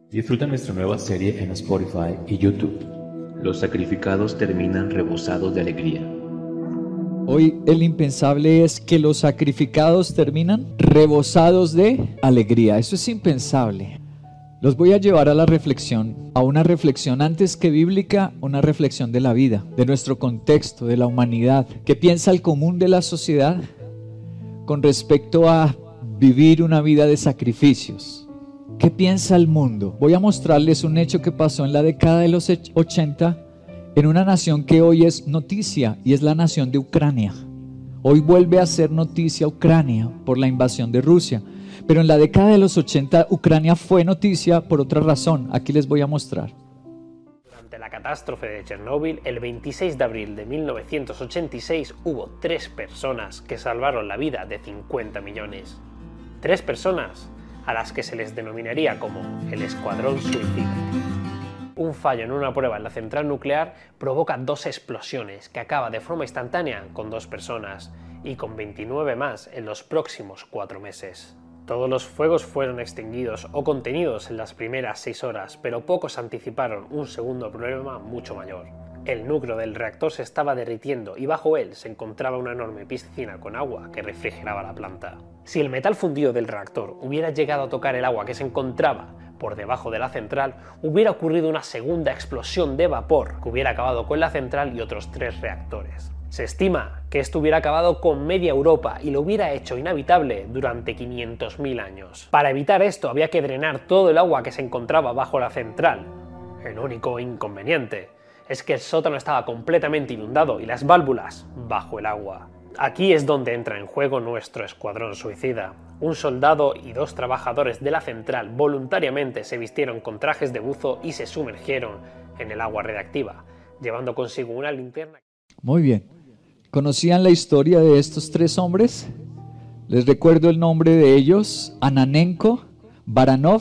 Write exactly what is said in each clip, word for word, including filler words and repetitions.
Disfruta nuestra nueva serie en Spotify y YouTube. Los sacrificados terminan rebosados de alegría. Hoy el impensable es que los sacrificados terminan rebosados de alegría. Eso es impensable. Los voy a llevar a la reflexión, a una reflexión antes que bíblica, una reflexión de la vida, de nuestro contexto, de la humanidad. ¿Qué piensa el común de la sociedad con respecto a vivir una vida de sacrificios? ¿Qué piensa el mundo? Voy a mostrarles un hecho que pasó en la década de los ochenta en una nación que hoy es noticia, y es la nación de Ucrania. Hoy vuelve a ser noticia Ucrania por la invasión de Rusia, pero en la década de los ochenta Ucrania fue noticia por otra razón. Aquí les voy a mostrar. Durante la catástrofe de Chernóbil, el veintiséis de abril de mil novecientos ochenta y seis, hubo tres personas que salvaron la vida de cincuenta millones. Tres personas a las que se les denominaría como el Escuadrón Suicida. Un fallo en una prueba en la central nuclear provoca dos explosiones que acaba de forma instantánea con dos personas y con veintinueve más en los próximos cuatro meses. Todos los fuegos fueron extinguidos o contenidos en las primeras seis horas, pero pocos anticiparon un segundo problema mucho mayor. El núcleo del reactor se estaba derritiendo y bajo él se encontraba una enorme piscina con agua que refrigeraba la planta. Si el metal fundido del reactor hubiera llegado a tocar el agua que se encontraba por debajo de la central, hubiera ocurrido una segunda explosión de vapor que hubiera acabado con la central y otros tres reactores. Se estima que esto hubiera acabado con media Europa y lo hubiera hecho inhabitable durante quinientos mil años. Para evitar esto había que drenar todo el agua que se encontraba bajo la central. El único inconveniente es que el sótano estaba completamente inundado y las válvulas bajo el agua. Aquí es donde entra en juego nuestro escuadrón suicida. Un soldado y dos trabajadores de la central voluntariamente se vistieron con trajes de buzo y se sumergieron en el agua radiactiva, llevando consigo una linterna. Muy bien. ¿Conocían la historia de estos tres hombres? Les recuerdo el nombre de ellos: Ananenko, Baranov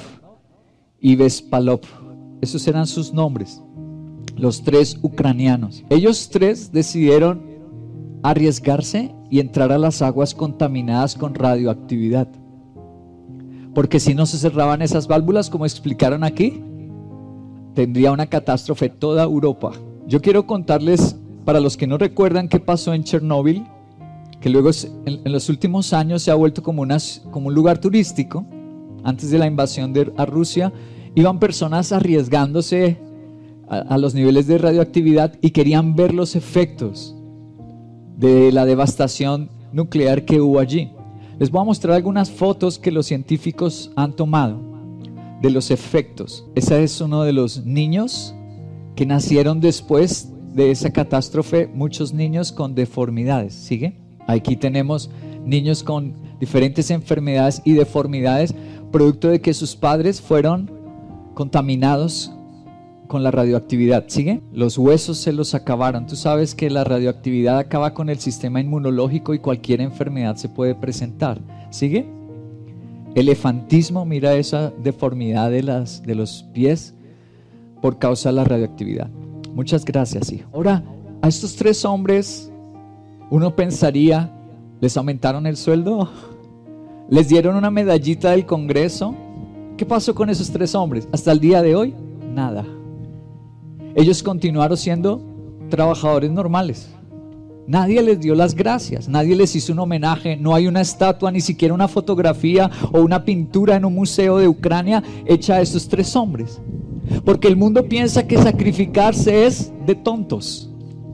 y Bespalov. Esos eran sus nombres, los tres ucranianos. Ellos tres decidieron arriesgarse y entrar a las aguas contaminadas con radioactividad, porque si no se cerraban esas válvulas, como explicaron aquí, tendría una catástrofe toda Europa. Yo quiero contarles, para los que no recuerdan qué pasó en Chernóbil, que luego en, en los últimos años se ha vuelto como, una, como un lugar turístico. Antes de la invasión de a Rusia, iban personas arriesgándose a, a los niveles de radioactividad y querían ver los efectos de la devastación nuclear que hubo allí. Les voy a mostrar algunas fotos que los científicos han tomado de los efectos. Ese es uno de los niños que nacieron después de esa catástrofe, muchos niños con deformidades. ¿Sigue? Aquí tenemos niños con diferentes enfermedades y deformidades, producto de que sus padres fueron contaminados con la radioactividad. ¿Sigue? Los huesos se los acabaron. Tú sabes que la radioactividad acaba con el sistema inmunológico y cualquier enfermedad se puede presentar. ¿Sigue? Elefantismo, mira esa deformidad de, las, de los pies por causa de la radioactividad. Muchas gracias, hijo. Ahora, a estos tres hombres, uno pensaría, ¿les aumentaron el sueldo? ¿Les dieron una medallita del Congreso? ¿Qué pasó con esos tres hombres? Hasta el día de hoy, nada. Ellos continuaron siendo trabajadores normales. Nadie les dio las gracias, nadie les hizo un homenaje, no hay una estatua, ni siquiera una fotografía o una pintura en un museo de Ucrania hecha a estos tres hombres. Porque el mundo piensa que sacrificarse es de tontos.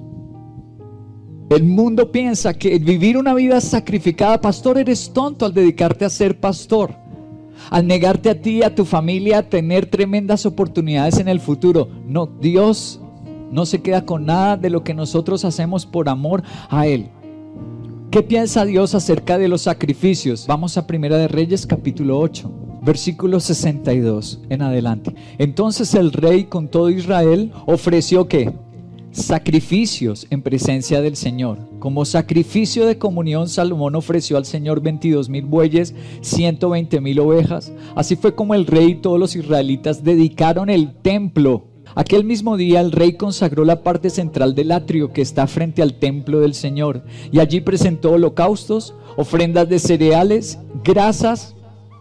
El mundo piensa que vivir una vida sacrificada, pastor, eres tonto al dedicarte a ser pastor, al negarte a ti y a tu familia a tener tremendas oportunidades en el futuro. No, Dios no se queda con nada de lo que nosotros hacemos por amor a Él. ¿Qué piensa Dios acerca de los sacrificios? Vamos a Primera de Reyes capítulo ocho, versículo sesenta y dos en adelante. Entonces el rey con todo Israel ofreció ¿qué? Sacrificios en presencia del Señor. Como sacrificio de comunión, Salomón ofreció al Señor veintidós mil bueyes, ciento veinte mil ovejas. Así fue como el rey y todos los israelitas dedicaron el templo. Aquel mismo día el rey consagró la parte central del atrio que está frente al templo del Señor, y allí presentó holocaustos, ofrendas de cereales, grasas,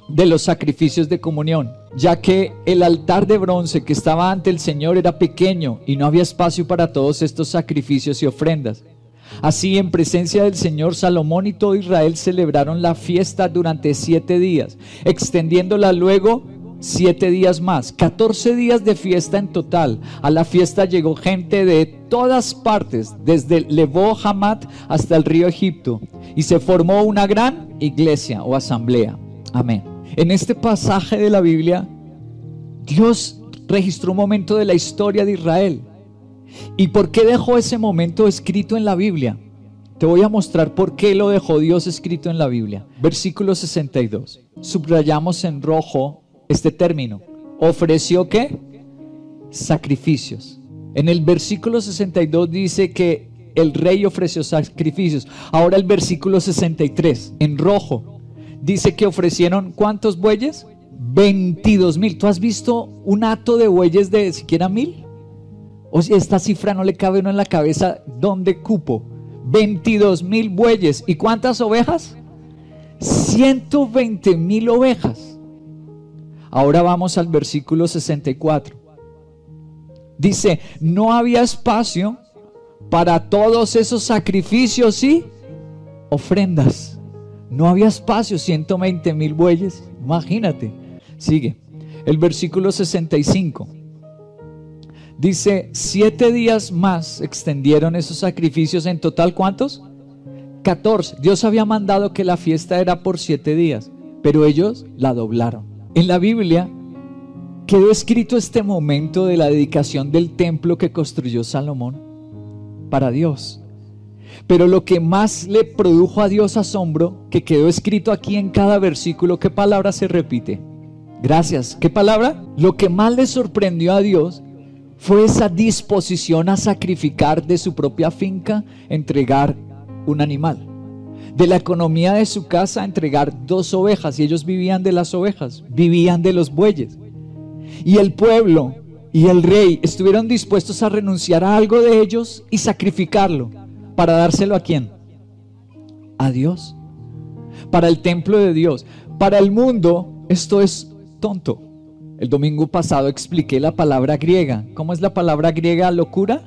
de los sacrificios de comunión, ya que el altar de bronce que estaba ante el Señor era pequeño y no había espacio para todos estos sacrificios y ofrendas. Así, en presencia del Señor, Salomón y todo Israel celebraron la fiesta durante siete días, extendiéndola luego siete días más, catorce días de fiesta en total. A la fiesta llegó gente de todas partes, desde Lebo Hamat hasta el río Egipto, y se formó una gran iglesia o asamblea. Amén. En este pasaje de la Biblia, Dios registró un momento de la historia de Israel. ¿Y por qué dejó ese momento escrito en la Biblia? Te voy a mostrar por qué lo dejó Dios escrito en la Biblia. Versículo sesenta y dos. Subrayamos en rojo este término. ¿Ofreció qué? Sacrificios. En el versículo sesenta y dos dice que el rey ofreció sacrificios. Ahora el versículo sesenta y tres, en rojo, dice que ofrecieron ¿cuántos bueyes? veintidós mil. ¿Tú has visto un hato de bueyes de siquiera mil? O sea, esta cifra no le cabe a uno en la cabeza. ¿Dónde cupo? veintidós mil bueyes. ¿Y cuántas ovejas? ciento veinte mil ovejas. Ahora vamos al versículo sesenta y cuatro. Dice, no había espacio para todos esos sacrificios y ofrendas. No había espacio, ciento veinte mil bueyes. Imagínate. Sigue. El versículo sesenta y cinco. Dice, siete días más extendieron esos sacrificios. En total, ¿cuántos? catorce. Dios había mandado que la fiesta era por siete días, pero ellos la doblaron. En la Biblia quedó escrito este momento de la dedicación del templo que construyó Salomón para Dios. Pero lo que más le produjo a Dios asombro, que quedó escrito aquí en cada versículo, ¿qué palabra se repite? Gracias. ¿Qué palabra? Lo que más le sorprendió a Dios fue esa disposición a sacrificar de su propia finca, entregar un animal. De la economía de su casa, entregar dos ovejas, y ellos vivían de las ovejas, vivían de los bueyes. Y el pueblo y el rey estuvieron dispuestos a renunciar a algo de ellos y sacrificarlo. ¿Para dárselo a quién? A Dios. Para el templo de Dios. Para el mundo, esto es tonto. El domingo pasado expliqué la palabra griega. ¿Cómo es la palabra griega locura?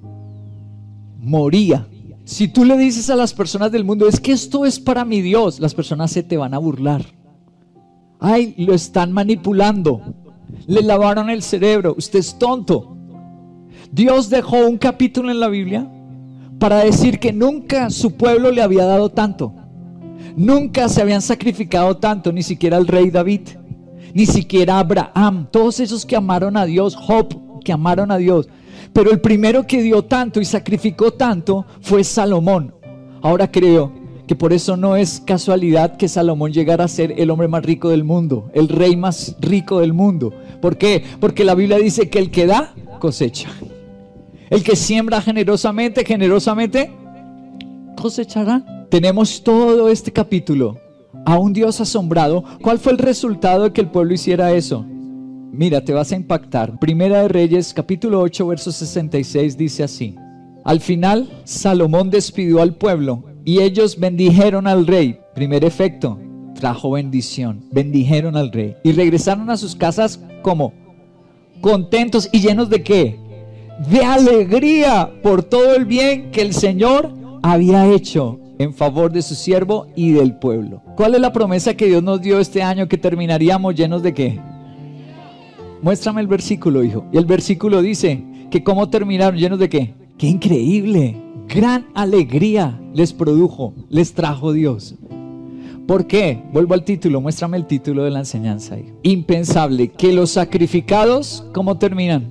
Moría. Si tú le dices a las personas del mundo, es que esto es para mi Dios, las personas se te van a burlar. Ay, lo están manipulando. Le lavaron el cerebro. Usted es tonto. Dios dejó un capítulo en la Biblia para decir que nunca su pueblo le había dado tanto. Nunca se habían sacrificado tanto, ni siquiera el rey David, ni siquiera Abraham, todos esos que amaron a Dios, Job, que amaron a Dios. Pero el primero que dio tanto y sacrificó tanto fue Salomón. Ahora creo que por eso no es casualidad que Salomón llegara a ser el hombre más rico del mundo, el rey más rico del mundo. ¿Por qué? Porque la Biblia dice que el que da, cosecha. El que siembra generosamente, generosamente cosechará. Tenemos todo este capítulo a un Dios asombrado. ¿Cuál fue el resultado de que el pueblo hiciera eso? Mira, te vas a impactar. Primera de Reyes, capítulo ocho, verso sesenta y seis, dice así. Al final, Salomón despidió al pueblo y ellos bendijeron al rey. Primer efecto, trajo bendición. Bendijeron al rey. Y regresaron a sus casas como contentos y llenos de ¿qué? De alegría por todo el bien que el Señor había hecho en favor de su siervo y del pueblo. ¿Cuál es la promesa que Dios nos dio este año? Que terminaríamos llenos de ¿qué? Muéstrame el versículo, hijo. Y el versículo dice que cómo terminaron, llenos de ¿qué? ¡Qué increíble! Gran alegría les produjo, les trajo Dios. ¿Por qué? Vuelvo al título, muéstrame el título de la enseñanza, hijo. Impensable que los sacrificados, ¿cómo terminan?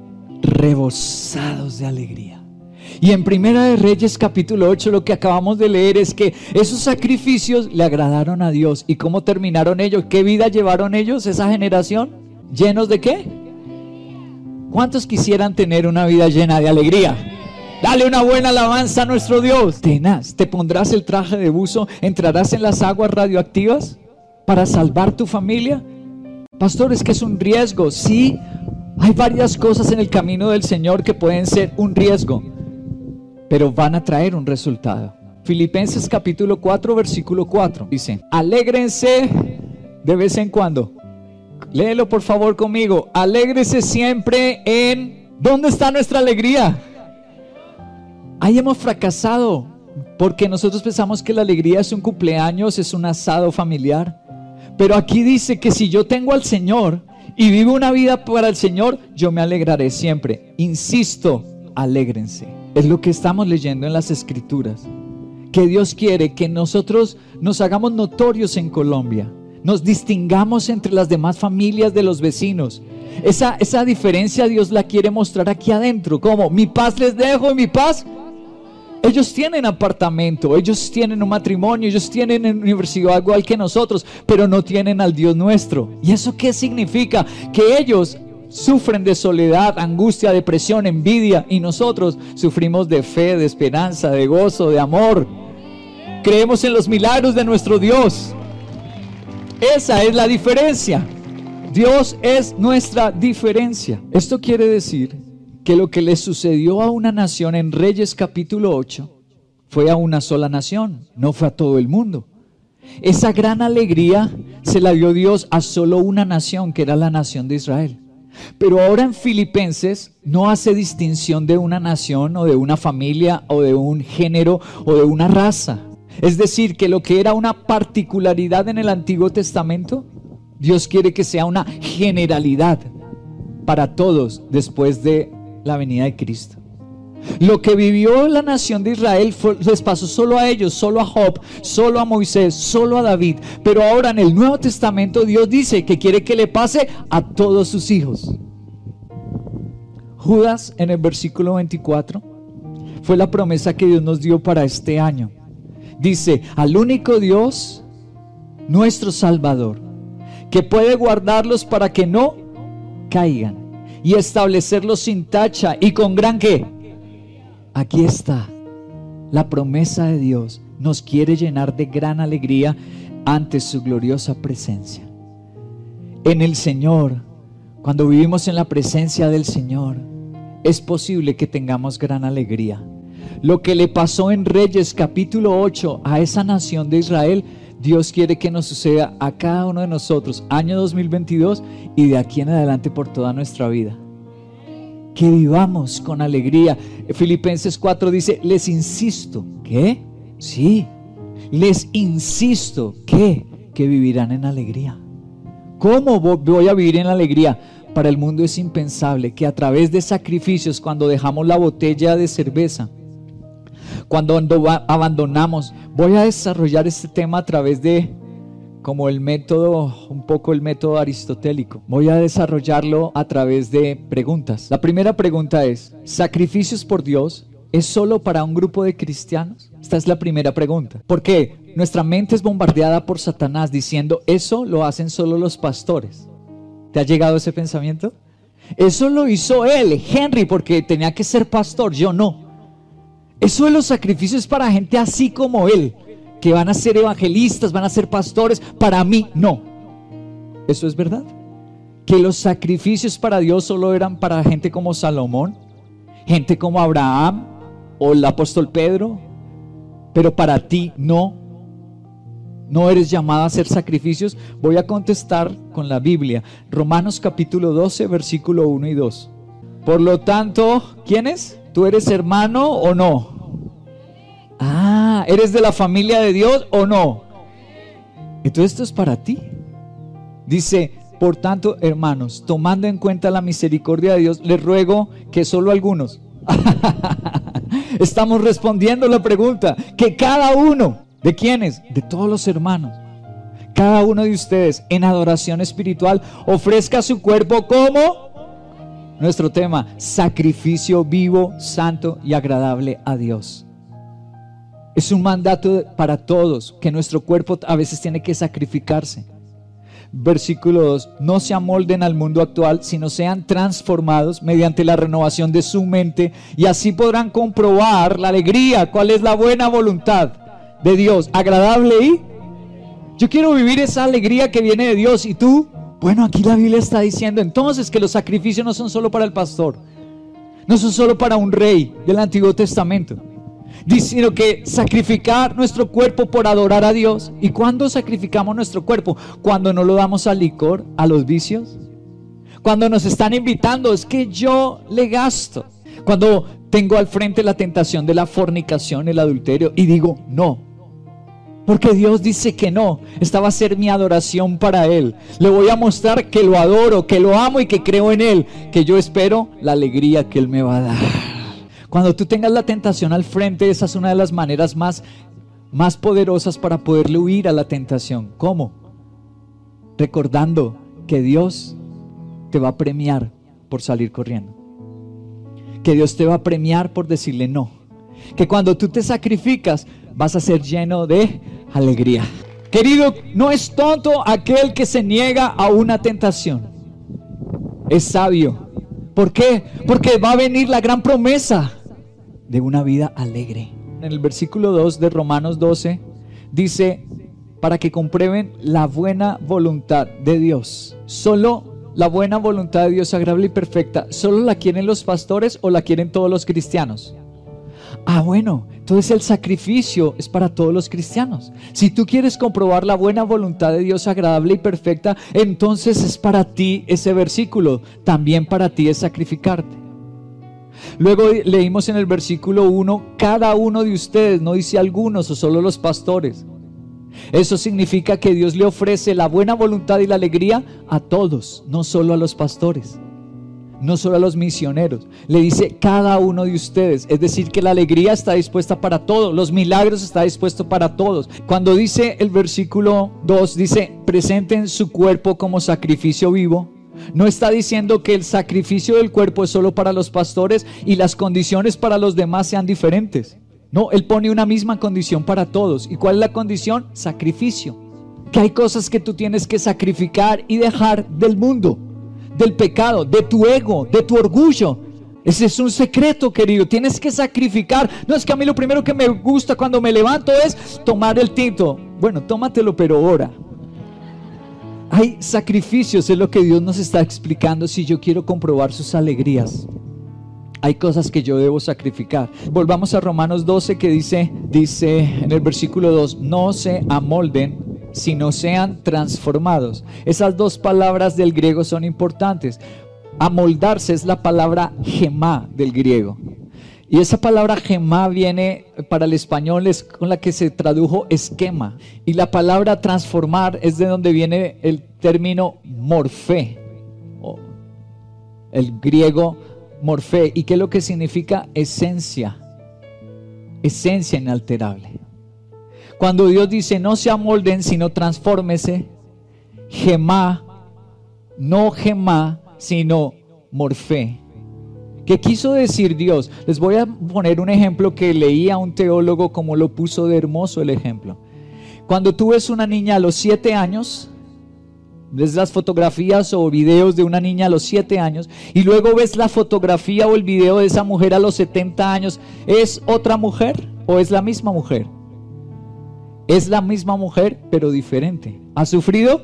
Rebosados de alegría. Y en Primera de Reyes capítulo ocho lo que acabamos de leer es que esos sacrificios le agradaron a Dios. ¿Y cómo terminaron ellos? ¿Qué vida llevaron ellos, esa generación? ¿Llenos de qué? ¿Cuántos quisieran tener una vida llena de alegría? Dale una buena alabanza a nuestro Dios. Tenaz, ¿te pondrás el traje de buzo? ¿Entrarás en las aguas radioactivas para salvar tu familia? Pastor, es que es un riesgo. Sí, hay varias cosas en el camino del Señor que pueden ser un riesgo, pero van a traer un resultado. Filipenses capítulo cuatro, versículo cuatro dice: alégrense de vez en cuando. Léelo por favor conmigo. Alégrese siempre en... ¿Dónde está nuestra alegría? Ahí hemos fracasado, porque nosotros pensamos que la alegría es un cumpleaños, es un asado familiar. Pero aquí dice que si yo tengo al Señor y vivo una vida para el Señor, yo me alegraré siempre. Insisto, alégrense. Es lo que estamos leyendo en las Escrituras. Que Dios quiere que nosotros nos hagamos notorios en Colombia, nos distingamos entre las demás familias de los vecinos. Esa, esa diferencia Dios la quiere mostrar aquí adentro. ¿Cómo? Mi paz les dejo y mi paz. Ellos tienen apartamento, ellos tienen un matrimonio, ellos tienen una universidad igual que nosotros, pero no tienen al Dios nuestro. ¿Y eso qué significa? Que ellos sufren de soledad, angustia, depresión, envidia, y nosotros sufrimos de fe, de esperanza, de gozo, de amor. Creemos en los milagros de nuestro Dios. Esa es la diferencia. Dios es nuestra diferencia. Esto quiere decir que lo que le sucedió a una nación en Reyes capítulo ocho fue a una sola nación, no fue a todo el mundo. Esa gran alegría se la dio Dios a solo una nación, que era la nación de Israel. Pero ahora en Filipenses no hace distinción de una nación o de una familia o de un género o de una raza. Es decir, que lo que era una particularidad en el Antiguo Testamento, Dios quiere que sea una generalidad para todos después de la venida de Cristo. Lo que vivió la nación de Israel fue, les pasó solo a ellos, solo a Job, solo a Moisés, solo a David. Pero ahora en el Nuevo Testamento Dios dice que quiere que le pase a todos sus hijos. Judas, en el versículo veinticuatro, fue la promesa que Dios nos dio para este año. Dice: al único Dios, nuestro Salvador, que puede guardarlos para que no caigan y establecerlos sin tacha y con gran ¿qué? Aquí está la promesa de Dios. Nos quiere llenar de gran alegría ante su gloriosa presencia. En el Señor, cuando vivimos en la presencia del Señor, es posible que tengamos gran alegría. Lo que le pasó en Reyes capítulo ocho a esa nación de Israel, Dios quiere que nos suceda a cada uno de nosotros, año dos mil veintidós y de aquí en adelante por toda nuestra vida. Que vivamos con alegría. Filipenses cuatro dice: les insisto, ¿qué? Sí, les insisto, ¿qué? Que vivirán en alegría. ¿Cómo voy a vivir en alegría? Para el mundo es impensable que a través de sacrificios, cuando dejamos la botella de cerveza, cuando abandonamos, voy a desarrollar este tema a través de, como el método, un poco el método aristotélico. Voy a desarrollarlo a través de preguntas. La primera pregunta es: ¿sacrificios por Dios es solo para un grupo de cristianos? Esta es la primera pregunta. ¿Por qué? Nuestra mente es bombardeada por Satanás diciendo: eso lo hacen solo los pastores. ¿Te ha llegado ese pensamiento? Eso lo hizo él, Henry, porque tenía que ser pastor, yo no. Eso de los sacrificios para gente así como él, que van a ser evangelistas, van a ser pastores. Para mí, no. ¿Eso es verdad? Que los sacrificios para Dios solo eran para gente como Salomón, gente como Abraham o el apóstol Pedro, pero para ti no. No eres llamado a hacer sacrificios. Voy a contestar con la Biblia. Romanos capítulo doce, versículo uno y dos. Por lo tanto, ¿quién es? ¿Tú eres hermano o no? Ah, ¿eres de la familia de Dios o no? Entonces esto es para ti. Dice: por tanto, hermanos, tomando en cuenta la misericordia de Dios, les ruego que solo algunos estamos respondiendo la pregunta, que cada uno, ¿de quiénes? De todos los hermanos, cada uno de ustedes en adoración espiritual ofrezca su cuerpo como, nuestro tema, sacrificio vivo, santo y agradable a Dios. Es un mandato para todos, que nuestro cuerpo a veces tiene que sacrificarse. Versículo dos: no se amolden al mundo actual, sino sean transformados mediante la renovación de su mente, y así podrán comprobar la alegría, cuál es la buena voluntad de Dios, agradable y... Yo quiero vivir esa alegría que viene de Dios. ¿Y tú? Bueno, aquí la Biblia está diciendo entonces que los sacrificios no son solo para el pastor, no son solo para un rey del Antiguo Testamento. sino que sacrificar nuestro cuerpo por adorar a Dios. ¿Y cuándo sacrificamos nuestro cuerpo? Cuando no lo damos al licor, a los vicios. Cuando nos están invitando, es que yo le gasto. Cuando tengo al frente la tentación de la fornicación, el adulterio, y digo no, porque Dios dice que no. Esta va a ser mi adoración para Él. Le voy a mostrar que lo adoro, que lo amo y que creo en Él, que yo espero la alegría que Él me va a dar. Cuando tú tengas la tentación al frente, esa es una de las maneras más, más poderosas para poderle huir a la tentación. ¿Cómo? Recordando que Dios te va a premiar por salir corriendo, que Dios te va a premiar por decirle no, que cuando tú te sacrificas vas a ser lleno de alegría. Querido, no es tonto aquel que se niega a una tentación, es sabio. ¿Por qué? Porque va a venir la gran promesa de una vida alegre. En el versículo dos de Romanos doce dice: para que comprueben la buena voluntad de Dios. Solo la buena voluntad de Dios, agradable y perfecta, ¿solo la quieren los pastores o la quieren todos los cristianos? Ah, bueno, entonces el sacrificio es para todos los cristianos. Si tú quieres comprobar la buena voluntad de Dios, agradable y perfecta, entonces es para ti ese versículo. También para ti es sacrificarte. Luego leímos en el versículo uno: cada uno de ustedes, no dice algunos o solo los pastores. Eso significa que Dios le ofrece la buena voluntad y la alegría a todos, no solo a los pastores, no solo a los misioneros. Le dice cada uno de ustedes, es decir, que la alegría está dispuesta para todos, los milagros está dispuesto para todos. Cuando dice el versículo dos, dice: presenten su cuerpo como sacrificio vivo, no está diciendo que el sacrificio del cuerpo es solo para los pastores y las condiciones para los demás sean diferentes. No, Él pone una misma condición para todos. ¿Y cuál es la condición? Sacrificio. Que hay cosas que tú tienes que sacrificar y dejar del mundo, del pecado, de tu ego, de tu orgullo. Ese es un secreto, querido. Tienes que sacrificar. No es que a mí lo primero que me gusta cuando me levanto es tomar el tinto. Bueno, tómatelo, pero ora. Hay sacrificios, es lo que Dios nos está explicando si yo quiero comprobar sus alegrías. Hay cosas que yo debo sacrificar. Volvamos a Romanos doce, que dice, dice en el versículo dos: no se amolden, sino sean transformados. Esas dos palabras del griego son importantes. Amoldarse es la palabra gemá del griego. Y esa palabra gemá viene para el español, es con la que se tradujo esquema. Y la palabra transformar es de donde viene el término morfé, o el griego morfé. ¿Y qué es lo que significa? Esencia, esencia inalterable. Cuando Dios dice no se amolden, sino transfórmese, gemá, no gemá, sino morfé. ¿Qué quiso decir Dios? Les voy a poner un ejemplo que leí a un teólogo, como lo puso de hermoso el ejemplo. Cuando tú ves una niña a los siete años, ves las fotografías o videos de una niña a los siete años, y luego ves la fotografía o el video de esa mujer a los setenta años, ¿es otra mujer o es la misma mujer? Es la misma mujer, pero diferente. ¿Ha sufrido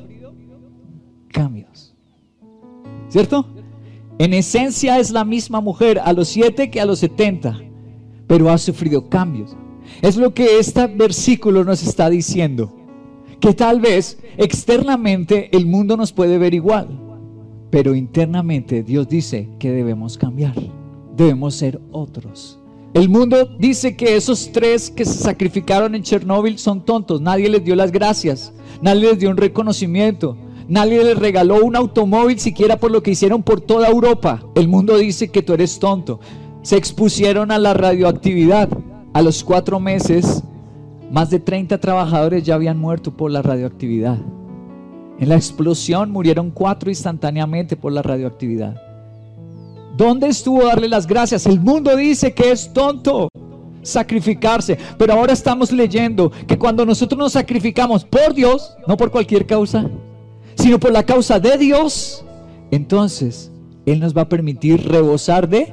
cambios? ¿Cierto? En esencia es la misma mujer a los siete que a los setenta, pero ha sufrido cambios. Es lo que este versículo nos está diciendo, que tal vez externamente el mundo nos puede ver igual, pero internamente Dios dice que debemos cambiar, debemos ser otros. El mundo dice que esos tres que se sacrificaron en Chernóbil son tontos, nadie les dio las gracias, nadie les dio un reconocimiento, nadie les regaló un automóvil siquiera por lo que hicieron por toda Europa. El mundo dice que tú eres tonto. Se expusieron a la radioactividad. A los cuatro meses, más de treinta trabajadores ya habían muerto por la radioactividad. En la explosión murieron cuatro instantáneamente por la radioactividad. ¿Dónde estuvo darle las gracias? El mundo dice que es tonto sacrificarse, pero ahora estamos leyendo que cuando nosotros nos sacrificamos por Dios, no por cualquier causa, sino por la causa de Dios, entonces Él nos va a permitir rebosar de...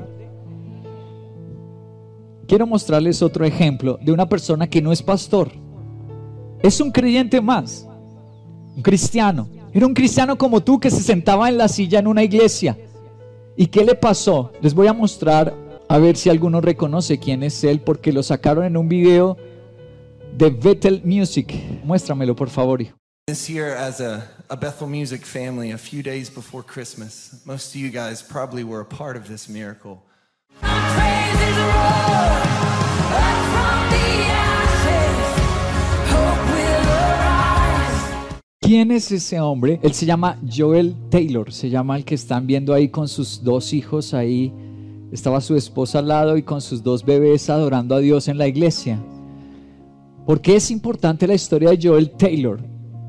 Quiero mostrarles otro ejemplo de una persona que no es pastor, es un creyente más, un cristiano. Era un cristiano como tú que se sentaba en la silla en una iglesia. ¿Y qué le pasó? Les voy a mostrar A ver si alguno reconoce quién es él, porque lo sacaron en un video de Bethel Music. Muéstramelo, por favor, hijo. This year, as a, a Bethel Music family, a few days before Christmas, most of you guys probably were a part of this miracle. ¿Quién es ese hombre? Él se llama Joel Taylor, se llama el que están viendo ahí con sus dos hijos ahí. Estaba su esposa al lado y con sus dos bebés adorando a Dios en la iglesia. ¿Por qué es importante la historia de Joel Taylor?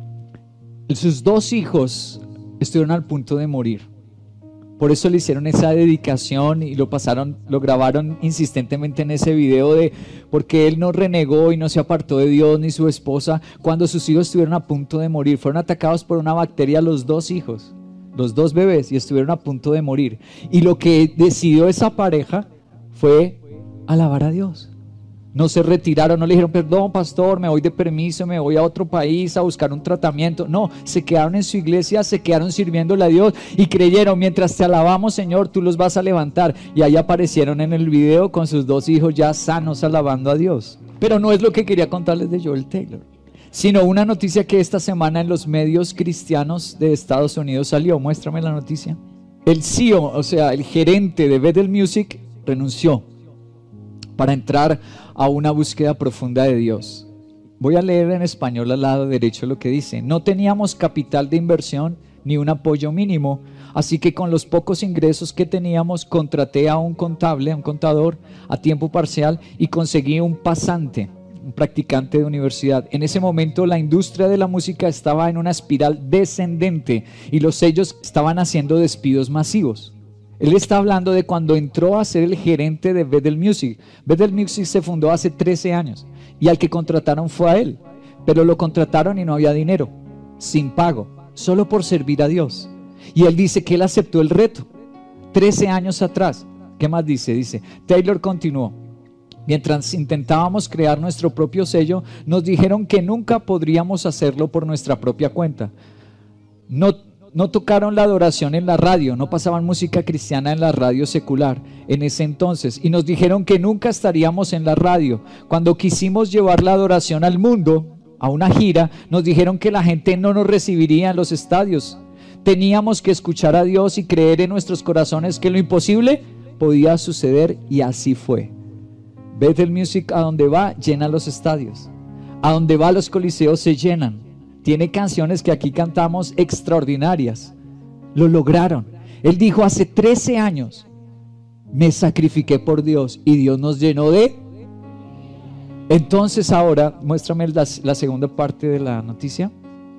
Sus dos hijos estuvieron al punto de morir. Por eso le hicieron esa dedicación y lo pasaron, lo grabaron insistentemente en ese video de porque él no renegó y no se apartó de Dios ni su esposa cuando sus hijos estuvieron a punto de morir. Fueron atacados por una bacteria los dos hijos, los dos bebés, y estuvieron a punto de morir. Y lo que decidió esa pareja fue alabar a Dios. No se retiraron, no le dijeron, perdón pastor, me voy de permiso, me voy a otro país a buscar un tratamiento. No, se quedaron en su iglesia, se quedaron sirviéndole a Dios y creyeron, mientras te alabamos Señor, tú los vas a levantar. Y ahí aparecieron en el video con sus dos hijos ya sanos alabando a Dios. Pero no es lo que quería contarles de Joel Taylor, sino una noticia que esta semana en los medios cristianos de Estados Unidos salió. Muéstrame la noticia. El C E O, o sea, el gerente de Bethel Music, renunció para entrar a una búsqueda profunda de Dios. Voy a leer en español al lado derecho lo que dice. No teníamos capital de inversión ni un apoyo mínimo, así que con los pocos ingresos que teníamos contraté a un contable, a un contador a tiempo parcial y conseguí un pasante, un practicante de universidad. En ese momento la industria de la música estaba en una espiral descendente y los sellos estaban haciendo despidos masivos. Él está hablando de cuando entró a ser el gerente de Bethel Music. Bethel Music se fundó hace trece años y al que contrataron fue a él, pero lo contrataron y no había dinero, sin pago, solo por servir a Dios. Y él dice que él aceptó el reto trece años atrás. ¿Qué más dice? Dice, Taylor continuó. Mientras intentábamos crear nuestro propio sello, nos dijeron que nunca podríamos hacerlo por nuestra propia cuenta. No No tocaron la adoración en la radio, no pasaban música cristiana en la radio secular en ese entonces y nos dijeron que nunca estaríamos en la radio. Cuando quisimos llevar la adoración al mundo, a una gira, nos dijeron que la gente no nos recibiría en los estadios. Teníamos que escuchar a Dios y creer en nuestros corazones que lo imposible podía suceder y así fue. Bethel Music a donde va llena los estadios, a donde va los coliseos se llenan. Tiene canciones que aquí cantamos extraordinarias. Lo lograron. Él dijo hace trece años, me sacrifiqué por Dios y Dios nos llenó de... Entonces ahora, muéstrame la, la segunda parte de la noticia.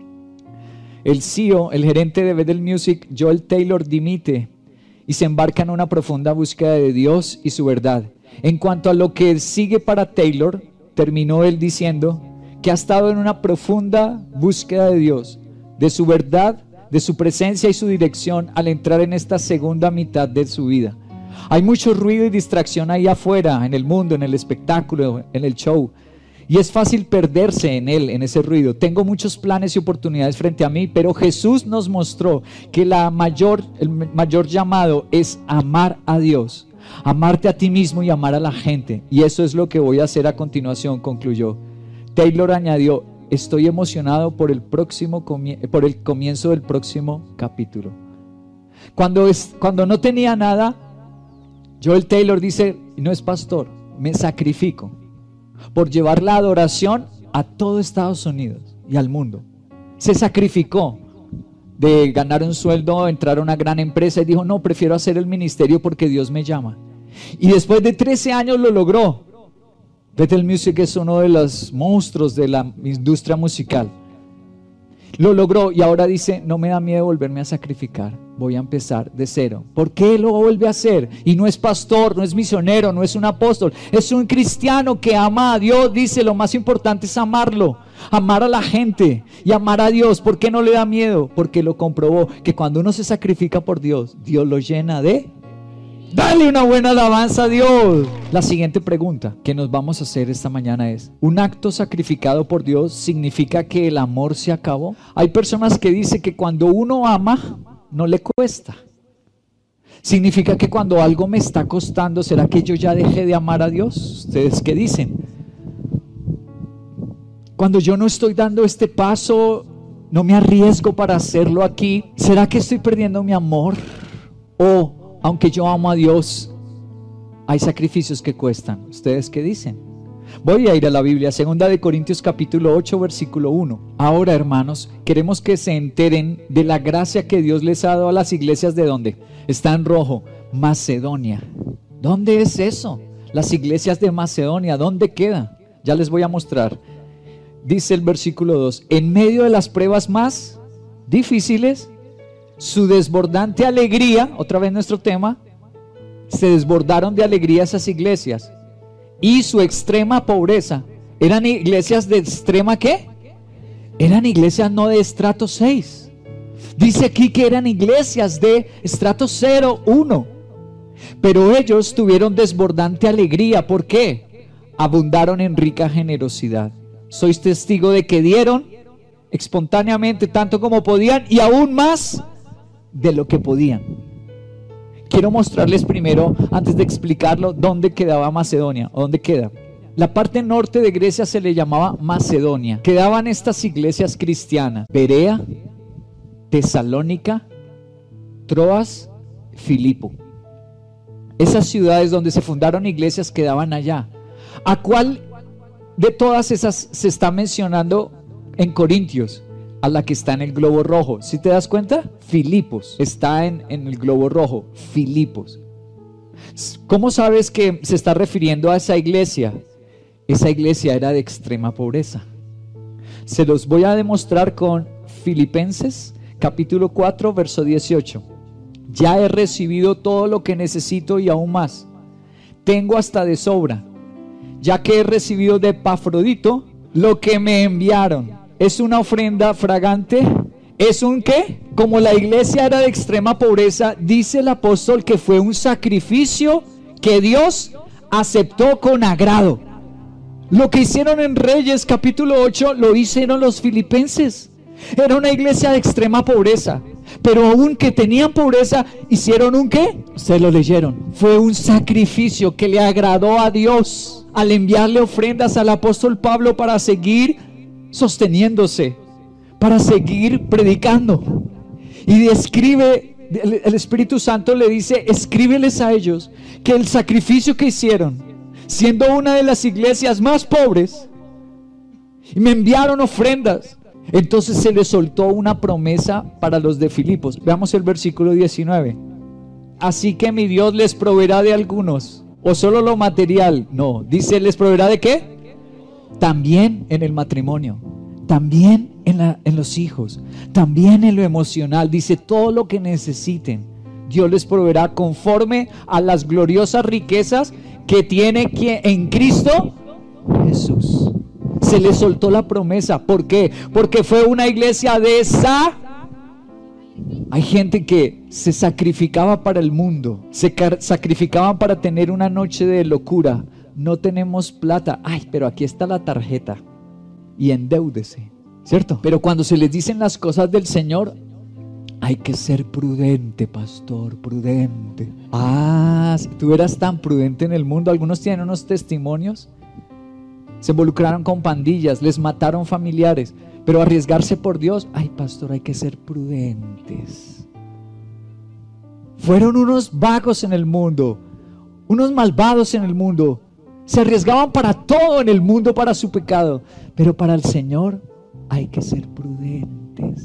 El C E O, el gerente de Bethel Music, Joel Taylor, dimite y se embarca en una profunda búsqueda de Dios y su verdad. En cuanto a lo que sigue para Taylor, terminó él diciendo que ha estado en una profunda búsqueda de Dios, de su verdad, de su presencia y su dirección al entrar en esta segunda mitad de su vida. Hay mucho ruido y distracción ahí afuera, en el mundo, en el espectáculo, en el show, y es fácil perderse en él, en ese ruido. Tengo muchos planes y oportunidades frente a mí, pero Jesús nos mostró que la mayor, el mayor llamado es amar a Dios, amarte a ti mismo y amar a la gente, y eso es lo que voy a hacer a continuación, concluyó. Taylor añadió, estoy emocionado por el, próximo por el comienzo del próximo capítulo. Cuando, es, cuando no tenía nada, Joel Taylor dice, no es pastor, me sacrifico por llevar la adoración a todo Estados Unidos y al mundo. Se sacrificó de ganar un sueldo, entrar a una gran empresa y dijo, no, prefiero hacer el ministerio porque Dios me llama. Y después de trece años lo logró. Bethel Music es uno de los monstruos de la industria musical. Lo logró y ahora dice, no me da miedo volverme a sacrificar, voy a empezar de cero. ¿Por qué lo vuelve a hacer? Y no es pastor, no es misionero, no es un apóstol, es un cristiano que ama a Dios. Dice, lo más importante es amarlo, amar a la gente y amar a Dios. ¿Por qué no le da miedo? Porque lo comprobó, que cuando uno se sacrifica por Dios, Dios lo llena de... Dale una buena alabanza a Dios. La siguiente pregunta que nos vamos a hacer esta mañana es, ¿un acto sacrificado por Dios significa que el amor se acabó? Hay personas que dicen que cuando uno ama, no le cuesta. Significa que cuando algo me está costando, ¿será que yo ya dejé de amar a Dios? ¿Ustedes qué dicen? Cuando yo no estoy dando este paso, no me arriesgo para hacerlo aquí, ¿será que estoy perdiendo mi amor? O, aunque yo amo a Dios, hay sacrificios que cuestan. ¿Ustedes qué dicen? Voy a ir a la Biblia, segunda de Corintios capítulo ocho, versículo uno. Ahora, hermanos, queremos que se enteren de la gracia que Dios les ha dado a las iglesias. ¿De dónde? Está en rojo, Macedonia. ¿Dónde es eso? Las iglesias de Macedonia, ¿dónde queda? Ya les voy a mostrar. Dice el versículo dos, en medio de las pruebas más difíciles, su desbordante alegría, otra vez nuestro tema, se desbordaron de alegría esas iglesias, y su extrema pobreza. ¿Eran iglesias de extrema qué? Eran iglesias no de estrato seis. Dice aquí que eran iglesias de estrato cero, uno. Pero ellos tuvieron desbordante alegría. ¿Por qué? Abundaron en rica generosidad. Sois testigo de que dieron espontáneamente tanto como podían y aún más de lo que podían. Quiero mostrarles primero, antes de explicarlo, dónde quedaba Macedonia, o dónde queda. La parte norte de Grecia se le llamaba Macedonia. Quedaban estas iglesias cristianas: Berea, Tesalónica, Troas, Filipo. Esas ciudades donde se fundaron iglesias quedaban allá. ¿A cuál de todas esas se está mencionando en Corintios? A la que está en el globo rojo. ¿Sí te das cuenta? Filipos está en, en el globo rojo. Filipos. ¿Cómo sabes que se está refiriendo a esa iglesia? Esa iglesia era de extrema pobreza. Se los voy a demostrar con Filipenses capítulo cuatro, verso dieciocho. Ya he recibido todo lo que necesito y aún más. Tengo hasta de sobra, ya que he recibido de Epafrodito lo que me enviaron. ¿Es una ofrenda fragante? ¿Es un qué? Como la iglesia era de extrema pobreza, dice el apóstol que fue un sacrificio que Dios aceptó con agrado. Lo que hicieron en Reyes capítulo ocho lo hicieron los filipenses. Era una iglesia de extrema pobreza, pero aun que tenían pobreza, ¿hicieron un qué? Se lo leyeron. Fue un sacrificio que le agradó a Dios al enviarle ofrendas al apóstol Pablo para seguir sosteniéndose, para seguir predicando. Y describe, el Espíritu Santo le dice: escríbeles a ellos que el sacrificio que hicieron, siendo una de las iglesias más pobres, y me enviaron ofrendas. Entonces se les soltó una promesa para los de Filipos. Veamos el versículo diecinueve. Así que mi Dios les proveerá de algunos, o solo lo material. No, dice, ¿les proveerá de qué? También en el matrimonio, también en, la, en los hijos, también en lo emocional. Dice, todo lo que necesiten, Dios les proveerá conforme a las gloriosas riquezas que tiene en Cristo Jesús. Se les soltó la promesa. ¿Por qué? Porque fue una iglesia de esa. Hay gente que se sacrificaba para el mundo, se sacrificaban para tener una noche de locura. No tenemos plata. Ay, pero aquí está la tarjeta. Y endeúdese, ¿cierto? Pero cuando se les dicen las cosas del Señor, hay que ser prudente, pastor, prudente. Ah, si tú eras tan prudente en el mundo. Algunos tienen unos testimonios. Se involucraron con pandillas, les mataron familiares, pero arriesgarse por Dios. Ay, pastor, hay que ser prudentes. Fueron unos vagos en el mundo, unos malvados en el mundo. Se arriesgaban para todo en el mundo, para su pecado. Pero para el Señor hay que ser prudentes.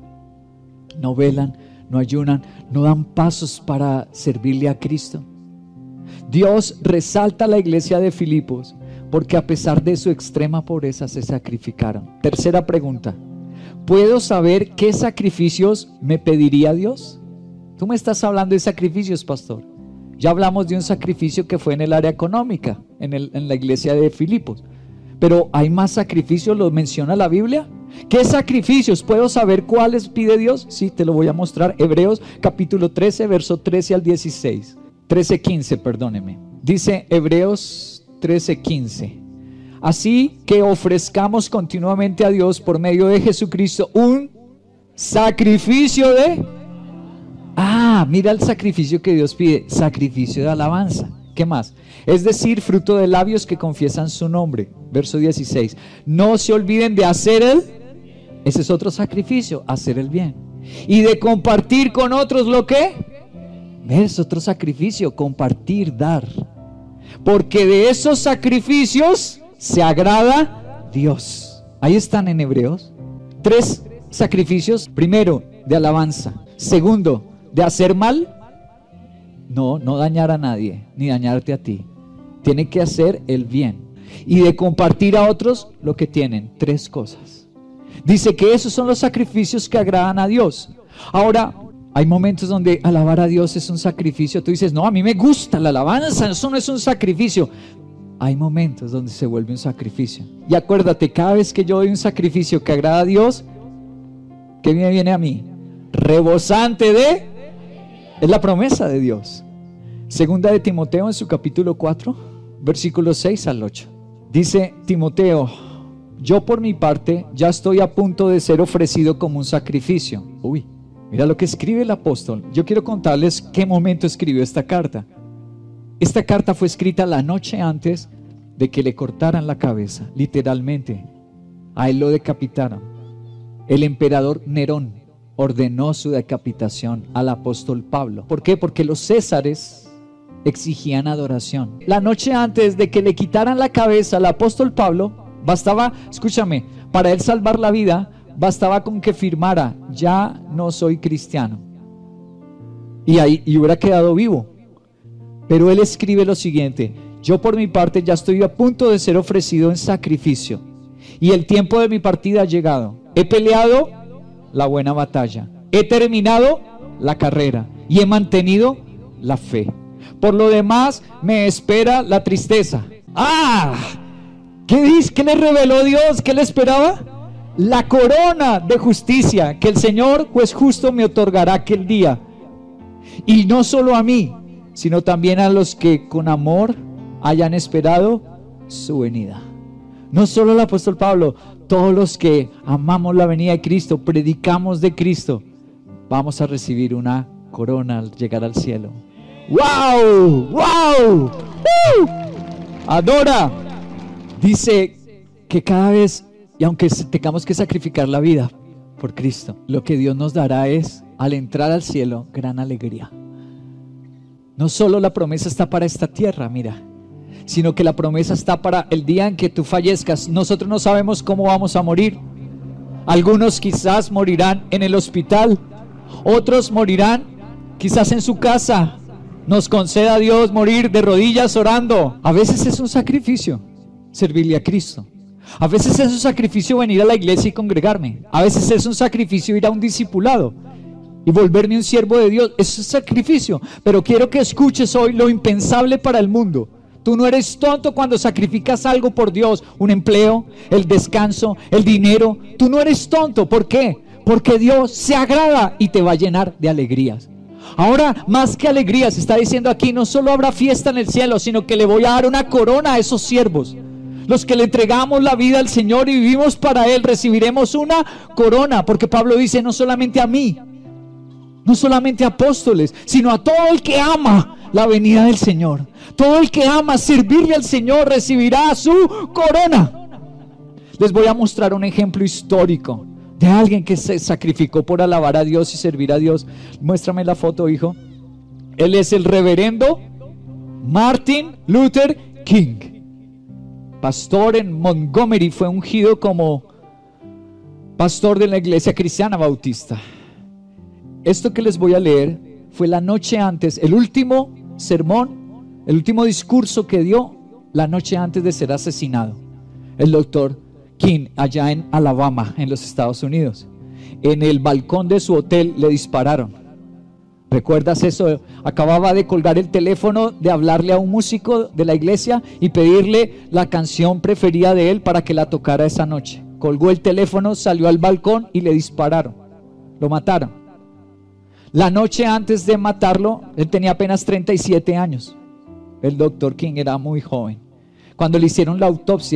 No velan, no ayunan, no dan pasos para servirle a Cristo. Dios resalta a la iglesia de Filipos porque a pesar de su extrema pobreza se sacrificaron. Tercera pregunta: ¿puedo saber qué sacrificios me pediría Dios? Tú me estás hablando de sacrificios, pastor. Ya hablamos de un sacrificio que fue en el área económica, en, el, en la iglesia de Filipos. Pero ¿hay más sacrificios? ¿Los menciona la Biblia? ¿Qué sacrificios? ¿Puedo saber cuáles pide Dios? Sí, te lo voy a mostrar. Hebreos capítulo trece, verso trece al dieciséis. trece, quince, perdóneme. Dice Hebreos trece, quince. Así que ofrezcamos continuamente a Dios por medio de Jesucristo un sacrificio de Ah, mira el sacrificio que Dios pide, sacrificio de alabanza. ¿Qué más? Es decir, fruto de labios que confiesan su nombre. Verso dieciséis. No se olviden de hacer el, ese es otro sacrificio, hacer el bien. Y de compartir con otros lo que, es otro sacrificio, compartir, dar. Porque de esos sacrificios se agrada Dios. Ahí están en Hebreos. Tres sacrificios. Primero, de alabanza. Segundo, de hacer mal. No, no dañar a nadie, ni dañarte a ti. Tiene que hacer el bien. Y de compartir a otros lo que tienen. Tres cosas. Dice que esos son los sacrificios que agradan a Dios. Ahora, hay momentos donde alabar a Dios es un sacrificio. Tú dices, no, a mí me gusta la alabanza, eso no es un sacrificio. Hay momentos donde se vuelve un sacrificio. Y acuérdate, cada vez que yo doy un sacrificio que agrada a Dios, ¿qué me viene a mí? Rebosante de... Es la promesa de Dios. Segunda de Timoteo en su capítulo cuatro, versículos seis al ocho. Dice Timoteo, yo por mi parte ya estoy a punto de ser ofrecido como un sacrificio. Uy, mira lo que escribe el apóstol. Yo quiero contarles qué momento escribió esta carta. Esta carta fue escrita la noche antes de que le cortaran la cabeza, literalmente. A él lo decapitaron. El emperador Nerón ordenó su decapitación al apóstol Pablo. ¿Por qué? Porque los césares exigían adoración. La noche antes de que le quitaran la cabeza al apóstol Pablo, bastaba, escúchame, para él salvar la vida, bastaba con que firmara, ya no soy cristiano. Y ahí y hubiera quedado vivo. Pero él escribe lo siguiente, yo por mi parte ya estoy a punto de ser ofrecido en sacrificio. Y el tiempo de mi partida ha llegado. He peleado la buena batalla, he terminado la carrera y he mantenido la fe. Por lo demás me espera la tristeza. ¡Ah! ¿Qué dice? ¿Qué le reveló Dios? ¿Qué le esperaba? La corona de justicia que el Señor, juez justo, me otorgará aquel día. Y no solo a mí, sino también a los que con amor hayan esperado su venida. No solo el apóstol Pablo, todos los que amamos la venida de Cristo, predicamos de Cristo, vamos a recibir una corona al llegar al cielo. ¡Wow! ¡Wow! ¡Uh! Adora. Dice que cada vez, y aunque tengamos que sacrificar la vida por Cristo, lo que Dios nos dará es, al entrar al cielo, gran alegría. No solo la promesa está para esta tierra, mira, sino que la promesa está para el día en que tú fallezcas. Nosotros no sabemos cómo vamos a morir. Algunos quizás morirán en el hospital, otros morirán quizás en su casa. Nos conceda Dios morir de rodillas orando. A veces es un sacrificio servirle a Cristo. A veces es un sacrificio venir a la iglesia y congregarme. A veces es un sacrificio ir a un discipulado y volverme un siervo de Dios. Es un sacrificio, pero quiero que escuches hoy lo impensable para el mundo. Tú no eres tonto cuando sacrificas algo por Dios, un empleo, el descanso, el dinero. Tú no eres tonto. ¿Por qué? Porque Dios se agrada y te va a llenar de alegrías. Ahora, más que alegrías, está diciendo aquí, no solo habrá fiesta en el cielo, sino que le voy a dar una corona a esos siervos. Los que le entregamos la vida al Señor y vivimos para Él, recibiremos una corona. Porque Pablo dice, no solamente a mí, no solamente a apóstoles, sino a todo el que ama la venida del Señor. Todo el que ama servirle al Señor recibirá su corona. Les voy a mostrar un ejemplo histórico de alguien que se sacrificó por alabar a Dios y servir a Dios. Muéstrame la foto, hijo. Él es el reverendo Martin Luther King, pastor en Montgomery. Fue ungido como pastor de la iglesia cristiana bautista. Esto que les voy a leer fue la noche antes, el último sermón, el último discurso que dio la noche antes de ser asesinado el doctor King allá en Alabama, en los Estados Unidos. En el balcón de su hotel le dispararon. ¿Recuerdas eso? Acababa de colgar el teléfono, de hablarle a un músico de la iglesia y pedirle la canción preferida de él para que la tocara esa noche. Colgó el teléfono, salió al balcón y le dispararon. Lo mataron. La noche antes de matarlo, él tenía apenas treinta y siete años. El doctor King era muy joven. Cuando le hicieron la autopsia,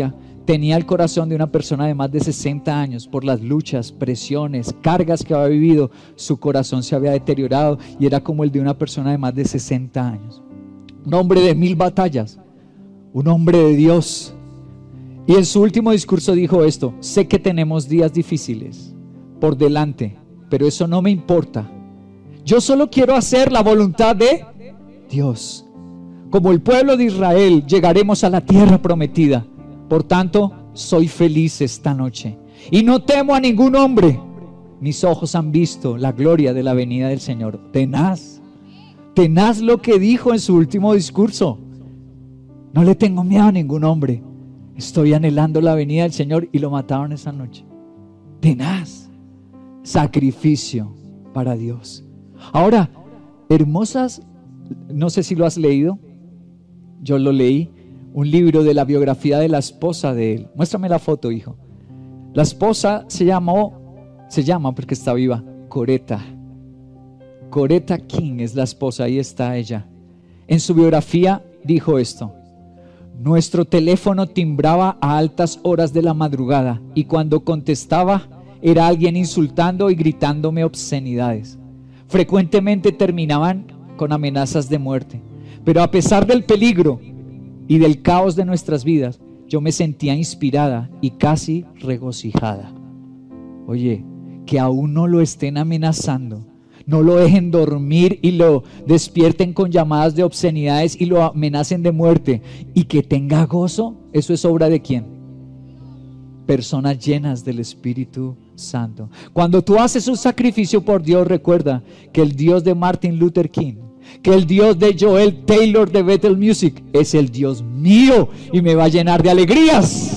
tenía el corazón de una persona de más de sesenta años. Por las luchas, presiones, cargas que había vivido, su corazón se había deteriorado y era como el de una persona de más de sesenta años. Un hombre de mil batallas, un hombre de Dios. Y en su último discurso dijo esto: sé que tenemos días difíciles por delante, pero eso no me importa. Yo solo quiero hacer la voluntad de Dios. Como el pueblo de Israel, llegaremos a la tierra prometida. Por tanto, soy feliz esta noche y no temo a ningún hombre. Mis ojos han visto la gloria de la venida del Señor. Tenaz, tenaz lo que dijo en su último discurso. No le tengo miedo a ningún hombre. Estoy anhelando la venida del Señor, y lo mataron esa noche. Tenaz, sacrificio para Dios. Ahora, hermosas, no sé si lo has leído, yo lo leí, un libro de la biografía de la esposa de él. Muéstrame la foto, hijo. La esposa se llamó, se llama porque está viva, Coretta. Coretta King es la esposa, ahí está ella. En su biografía dijo esto: nuestro teléfono timbraba a altas horas de la madrugada y cuando contestaba era alguien insultando y gritándome obscenidades. Frecuentemente terminaban con amenazas de muerte, pero a pesar del peligro y del caos de nuestras vidas, yo me sentía inspirada y casi regocijada. Oye, que aún no lo estén amenazando, no lo dejen dormir y lo despierten con llamadas de obscenidades y lo amenacen de muerte, y que tenga gozo, ¿eso es obra de quién? Personas llenas del Espíritu Santo. Cuando tú haces un sacrificio por Dios, recuerda que el Dios de Martin Luther King, que el Dios de Joel Taylor de Bethel Music es el Dios mío y me va a llenar de alegrías.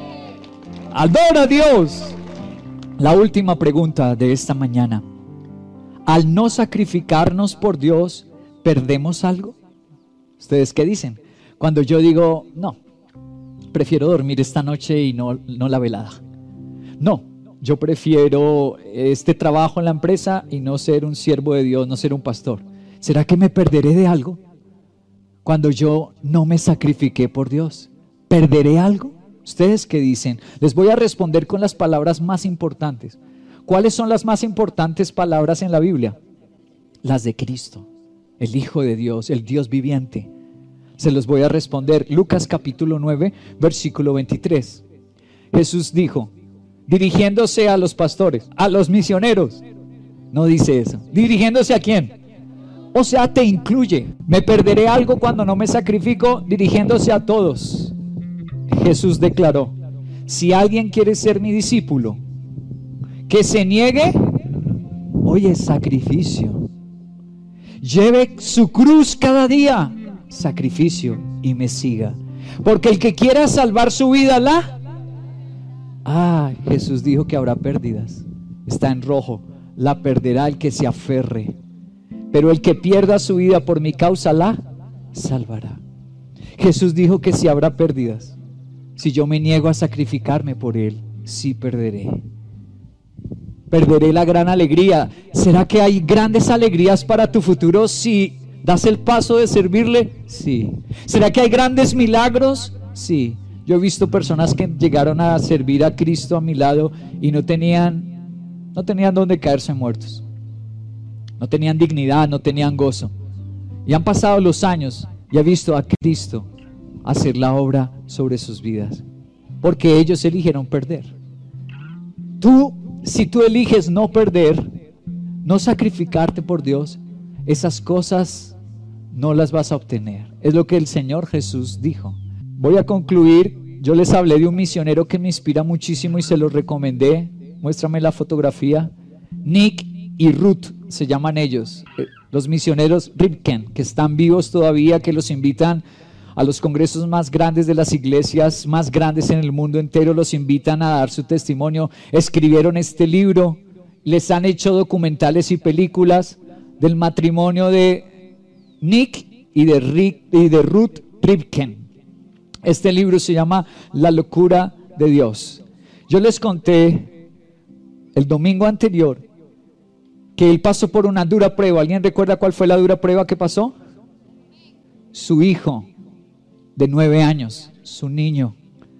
Adora a Dios. La última pregunta de esta mañana: al no sacrificarnos por Dios, ¿perdemos algo? ¿Ustedes qué dicen? Cuando yo digo, no, prefiero dormir esta noche y no, no la velada. No, yo prefiero este trabajo en la empresa y no ser un siervo de Dios, no ser un pastor. ¿Será que me perderé de algo cuando yo no me sacrifiqué por Dios? ¿Perderé algo? ¿Ustedes qué dicen? Les voy a responder con las palabras más importantes. ¿Cuáles son las más importantes palabras en la Biblia? Las de Cristo, el Hijo de Dios, el Dios viviente. Se los voy a responder. Lucas capítulo nueve, versículo veintitrés. Jesús dijo, dirigiéndose a los pastores, a los misioneros. No dice eso. ¿Dirigiéndose a quién? O sea, te incluye. ¿Me perderé algo cuando no me sacrifico? Dirigiéndose a todos. Jesús declaró, si alguien quiere ser mi discípulo, que se niegue, oye, sacrificio. Lleve su cruz cada día, sacrificio, y me siga. Porque el que quiera salvar su vida, la... Ah, Jesús dijo que habrá pérdidas. Está en rojo. La perderá el que se aferre. Pero el que pierda su vida por mi causa, la salvará. Jesús dijo que si habrá pérdidas, si yo me niego a sacrificarme por Él, sí perderé. Perderé la gran alegría. ¿Será que hay grandes alegrías para tu futuro si das el paso de servirle? Sí. ¿Será que hay grandes milagros? Sí. Yo he visto personas que llegaron a servir a Cristo a mi lado y no tenían, no tenían dónde caerse muertos. No tenían dignidad, no tenían gozo. Y han pasado los años y he visto a Cristo hacer la obra sobre sus vidas, porque ellos eligieron perder. Tú, si tú eliges no perder, no sacrificarte por Dios, esas cosas no las vas a obtener. Es lo que el Señor Jesús dijo. Voy a concluir. Yo les hablé de un misionero que me inspira muchísimo y se lo recomendé. Muéstrame la fotografía. Nick y Ruth se llaman ellos, los misioneros Ripken, que están vivos todavía, que los invitan a los congresos más grandes de las iglesias más grandes en el mundo entero, los invitan a dar su testimonio. Escribieron este libro, les han hecho documentales y películas del matrimonio de Nick y de, Rick, y de Ruth Ripken. Este libro se llama La locura de Dios. Yo les conté el domingo anterior que él pasó por una dura prueba. ¿Alguien recuerda cuál fue la dura prueba que pasó? Su hijo de nueve años, su niño,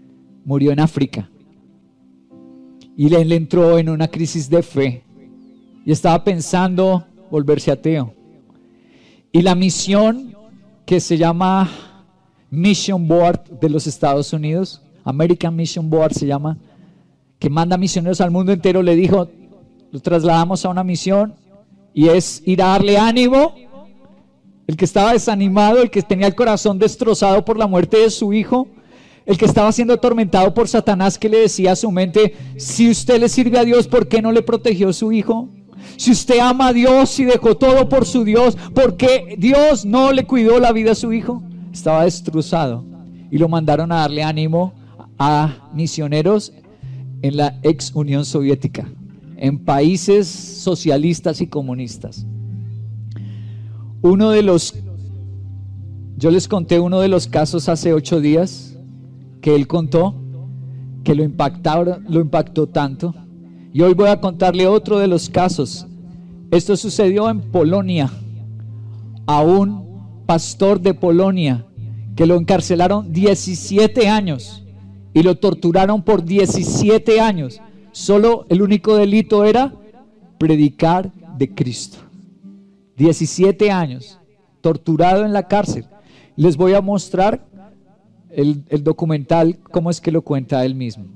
murió en África. Y él entró en una crisis de fe y estaba pensando volverse ateo. Y la misión que se llama Mission Board de los Estados Unidos, American Mission Board se llama, que manda misioneros al mundo entero, le dijo, lo trasladamos a una misión y es ir a darle ánimo. El que estaba desanimado, el que tenía el corazón destrozado por la muerte de su hijo, el que estaba siendo atormentado por Satanás, que le decía a su mente, si usted le sirve a Dios, ¿por qué no le protegió su hijo? Si usted ama a Dios y dejó todo por su Dios, ¿por qué Dios no le cuidó la vida a su hijo? Estaba destrozado y lo mandaron a darle ánimo a misioneros en la ex Unión Soviética, en países socialistas y comunistas. Uno de los, yo les conté uno de los casos hace ocho días que él contó, que lo impactaron, lo impactó tanto. Y hoy voy a contarle otro de los casos. Esto sucedió en Polonia, a un pastor de Polonia que lo encarcelaron diecisiete años y lo torturaron por diecisiete años. Solo el único delito era predicar de Cristo. diecisiete años, torturado en la cárcel. Les voy a mostrar el, el documental, cómo es que lo cuenta él mismo.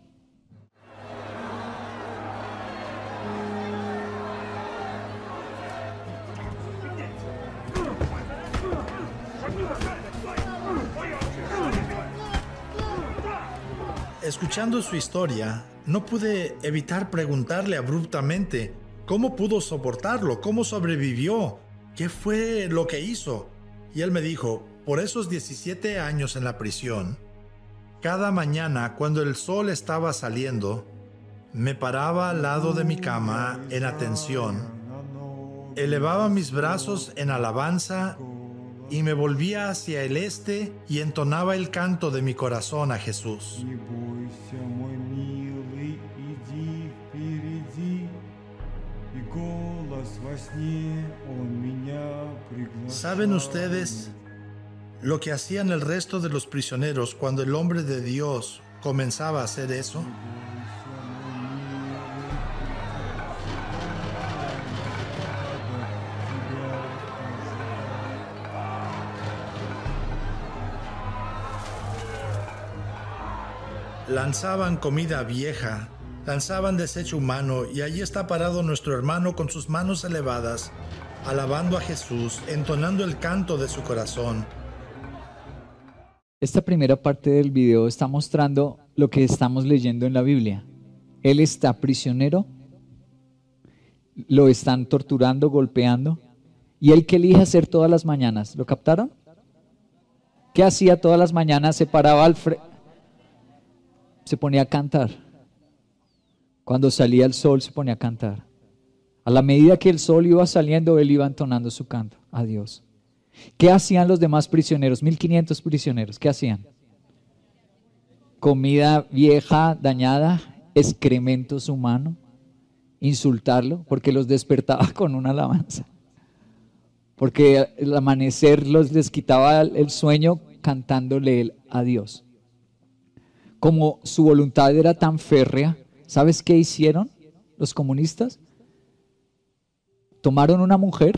Escuchando su historia, no pude evitar preguntarle abruptamente cómo pudo soportarlo, cómo sobrevivió, qué fue lo que hizo. Y él me dijo, por esos diecisiete años en la prisión, cada mañana cuando el sol estaba saliendo, me paraba al lado de mi cama en atención, elevaba mis brazos en alabanza y me volvía hacia el este y entonaba el canto de mi corazón a Jesús. ¿Saben ustedes lo que hacían el resto de los prisioneros cuando el hombre de Dios comenzaba a hacer eso? Lanzaban comida vieja, lanzaban desecho humano, y allí está parado nuestro hermano con sus manos elevadas, alabando a Jesús, entonando el canto de su corazón. Esta primera parte del video está mostrando lo que estamos leyendo en la Biblia. Él está prisionero, lo están torturando, golpeando, y él que elige hacer todas las mañanas. ¿Lo captaron? ¿Qué hacía todas las mañanas? Se paraba al frente, se ponía a cantar. Cuando salía el sol se ponía a cantar. A la medida que el sol iba saliendo, él iba entonando su canto a Dios. ¿Qué hacían los demás prisioneros? mil quinientos prisioneros, ¿qué hacían? Comida vieja, dañada, excrementos humanos, insultarlo, porque los despertaba con una alabanza. Porque el amanecer los, les quitaba el sueño cantándole a Dios. Como su voluntad era tan férrea, ¿sabes qué hicieron los comunistas? Tomaron una mujer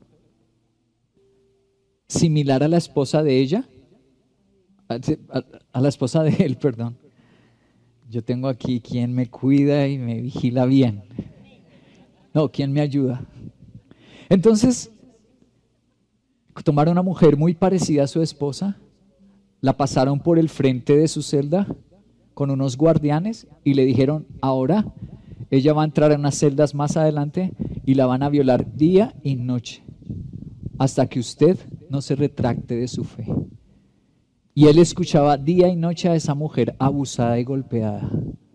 similar a la esposa de ella, a, a, a la esposa de él, perdón. Yo tengo aquí quien me cuida y me vigila bien. No, quien me ayuda. Entonces, tomaron una mujer muy parecida a su esposa, la pasaron por el frente de su celda con unos guardianes y le dijeron, ahora ella va a entrar en unas celdas más adelante y la van a violar día y noche hasta que usted no se retracte de su fe. Y él escuchaba día y noche a esa mujer abusada y golpeada.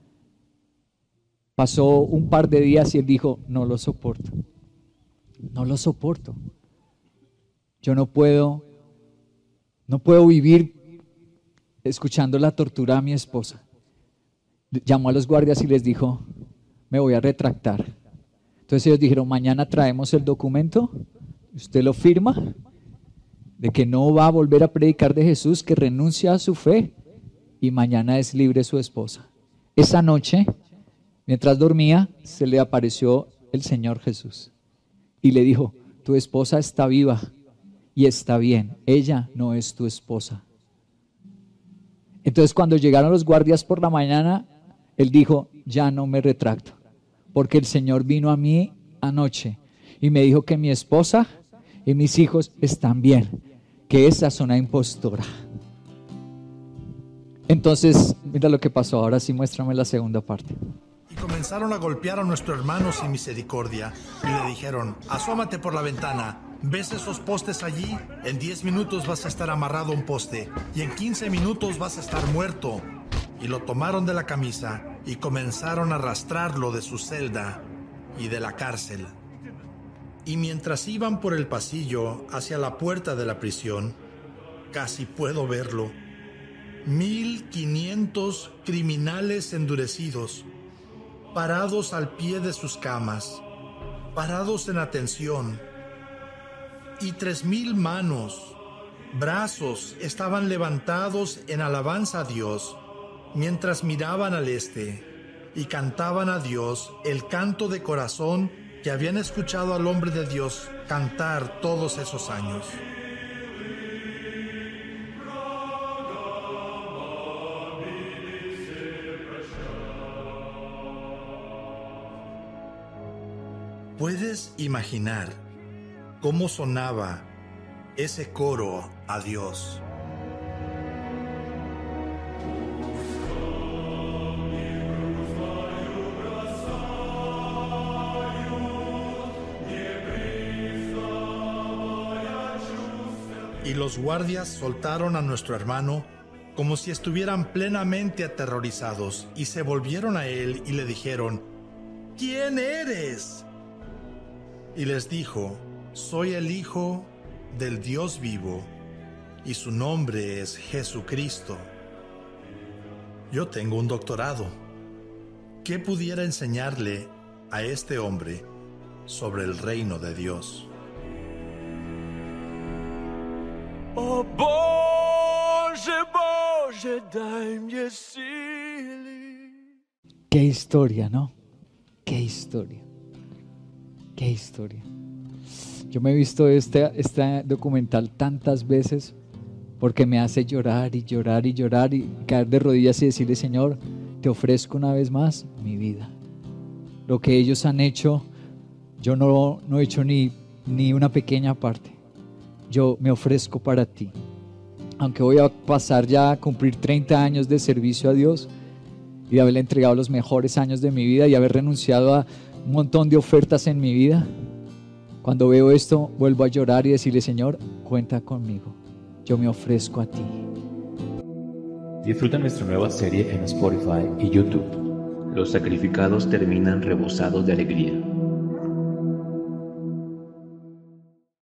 Pasó un par de días y él dijo, no lo soporto, no lo soporto. Yo no puedo, no puedo vivir escuchando la tortura a mi esposa. Llamó a los guardias y les dijo, me voy a retractar. Entonces ellos dijeron, mañana traemos el documento, usted lo firma, de que no va a volver a predicar de Jesús, que renuncia a su fe y mañana es libre su esposa. Esa noche, mientras dormía, se le apareció el Señor Jesús y le dijo, tu esposa está viva y está bien, ella no es tu esposa. Entonces cuando llegaron los guardias por la mañana, él dijo, ya no me retracto, porque el Señor vino a mí anoche y me dijo que mi esposa y mis hijos están bien, que esa es una impostora. Entonces, mira lo que pasó, ahora sí muéstrame la segunda parte. Y comenzaron a golpear a nuestro hermano sin misericordia y le dijeron, asómate por la ventana. ¿Ves esos postes allí? En diez minutos vas a estar amarrado a un poste y en quince minutos vas a estar muerto. Y lo tomaron de la camisa y comenzaron a arrastrarlo de su celda y de la cárcel. Y mientras iban por el pasillo hacia la puerta de la prisión, casi puedo verlo, mil quinientos criminales endurecidos, parados al pie de sus camas, parados en atención, y tres mil manos, brazos estaban levantados en alabanza a Dios, mientras miraban al este y cantaban a Dios el canto de corazón que habían escuchado al hombre de Dios cantar todos esos años. ¿Puedes imaginar cómo sonaba ese coro a Dios? Y los guardias soltaron a nuestro hermano como si estuvieran plenamente aterrorizados y se volvieron a él y le dijeron, ¿quién eres? Y les dijo, soy el Hijo del Dios vivo y su nombre es Jesucristo. Yo tengo un doctorado. ¿Qué pudiera enseñarle a este hombre sobre el reino de Dios? О Боже, Боже, дай мне силы. Qué historia, ¿no? Qué historia. Qué historia. Yo me he visto este, este documental tantas veces porque me hace llorar y llorar y llorar y caer de rodillas y decirle, Señor, te ofrezco una vez más mi vida. Lo que ellos han hecho, yo no, no he hecho ni, ni una pequeña parte. Yo me ofrezco para ti. Aunque voy a pasar ya a cumplir treinta años de servicio a Dios y de haberle entregado los mejores años de mi vida y haber renunciado a un montón de ofertas en mi vida, cuando veo esto vuelvo a llorar y decirle, Señor, cuenta conmigo, yo me ofrezco a ti. Disfruta nuestra nueva serie en Spotify y YouTube. Los sacrificados terminan rebosados de alegría.